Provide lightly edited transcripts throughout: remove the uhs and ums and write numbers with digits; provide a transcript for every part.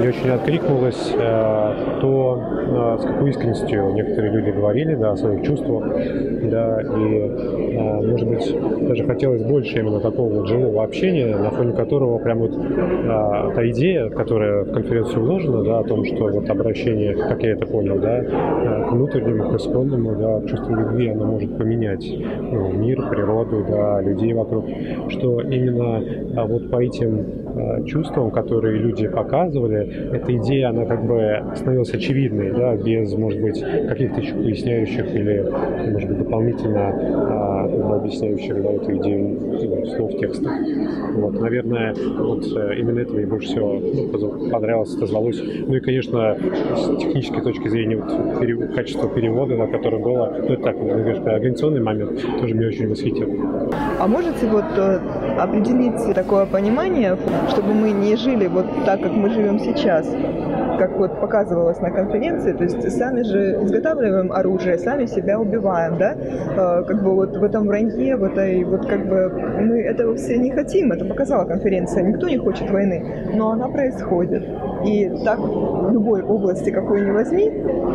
мне очень откликнулось то, с какой искренностью некоторые люди говорили, да, о своих чувствах, да, и, может быть, даже хотелось больше именно такого вот живого общения, на фоне которого прям вот та идея, которая в конференцию вложена, да, о том, что вот обращение, как я это понял, да, к внутреннему, к исконному, да, к чувству любви, оно может поменять мир, природу, да, людей вокруг, что именно вот по этим чувствам, которые люди показывали, эта идея, она как бы становилась очевидной, да, без, может быть, каких-то еще поясняющих или, может быть, дополнительно объясняющих, да, эту идею слов текста. Вот, наверное, вот именно это мне больше всего понравилось, отозвалось. Ну и, конечно, с технической точки зрения вот, качество перевода, да, которое было, ну, это так, немножко организационный момент, тоже меня очень восхитил. А можете вот определить такое понимание, чтобы мы не жили вот так, как мы живем сейчас, как вот показывалось на конференции, то есть сами же изготавливаем оружие, сами себя убиваем, да, как бы вот в этом вранье, в этой вот как бы мы этого все не хотим, это показала конференция, никто не хочет войны, но она происходит, и так в любой области, какой ни возьми,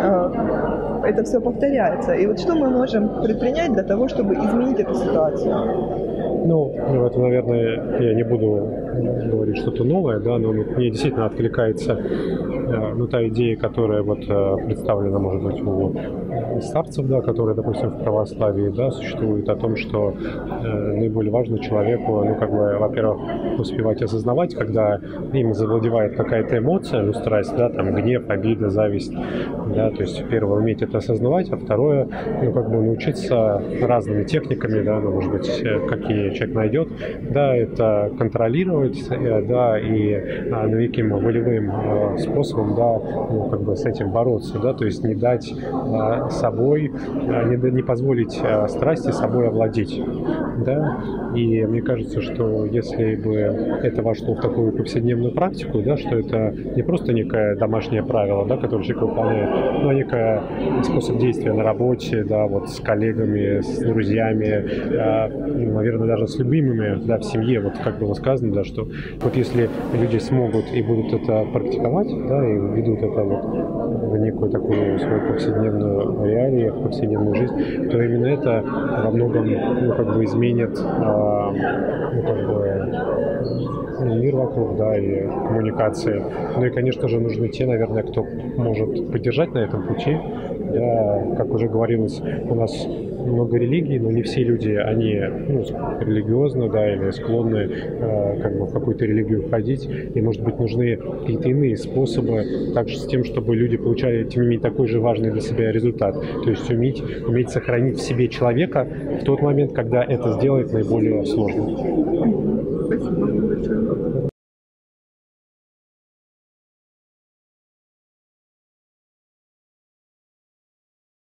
это все повторяется, и вот что мы можем предпринять для того, чтобы изменить эту ситуацию? Ну, это, наверное, я не буду говорить что-то новое, да, но мне действительно откликается та идея, которая вот представлена, может быть, у старцев, да, которые, допустим, в православии, да, существует, о том, что наиболее важно человеку, во-первых, успевать осознавать, когда им завладевает какая-то эмоция, страсть, да, там, гнев, обида, зависть, да, то есть, первое, уметь это осознавать, а второе, научиться разными техниками, да, может быть, какие человек найдет, да, это контролировать, да, и неким волевым способом, да, с этим бороться, да, то есть не дать собой, не позволить страсти собой овладеть, да, и мне кажется, что если бы это вошло в такую повседневную практику, да, что это не просто некое домашнее правило, да, которое человек выполняет, но некое способ действия на работе, да, вот с коллегами, с друзьями, наверное, даже с любимыми, да, в семье, вот как было сказано, да, что вот если люди смогут и будут это практиковать, да, и ведут это вот в некую такую свою повседневную реалию, в повседневную жизнь, то именно это во многом, изменит, мир вокруг, да, и коммуникации. Ну и, конечно же, нужны те, наверное, кто может поддержать на этом пути. Да, как уже говорилось, у нас много религий, но не все люди, они религиозны, да, или склонны в какую-то религию входить, и, может быть, нужны какие-то иные способы, также с тем, чтобы люди получали, тем не менее, такой же важный для себя результат. То есть уметь сохранить в себе человека в тот момент, когда это сделать наиболее сложно. Спасибо большое.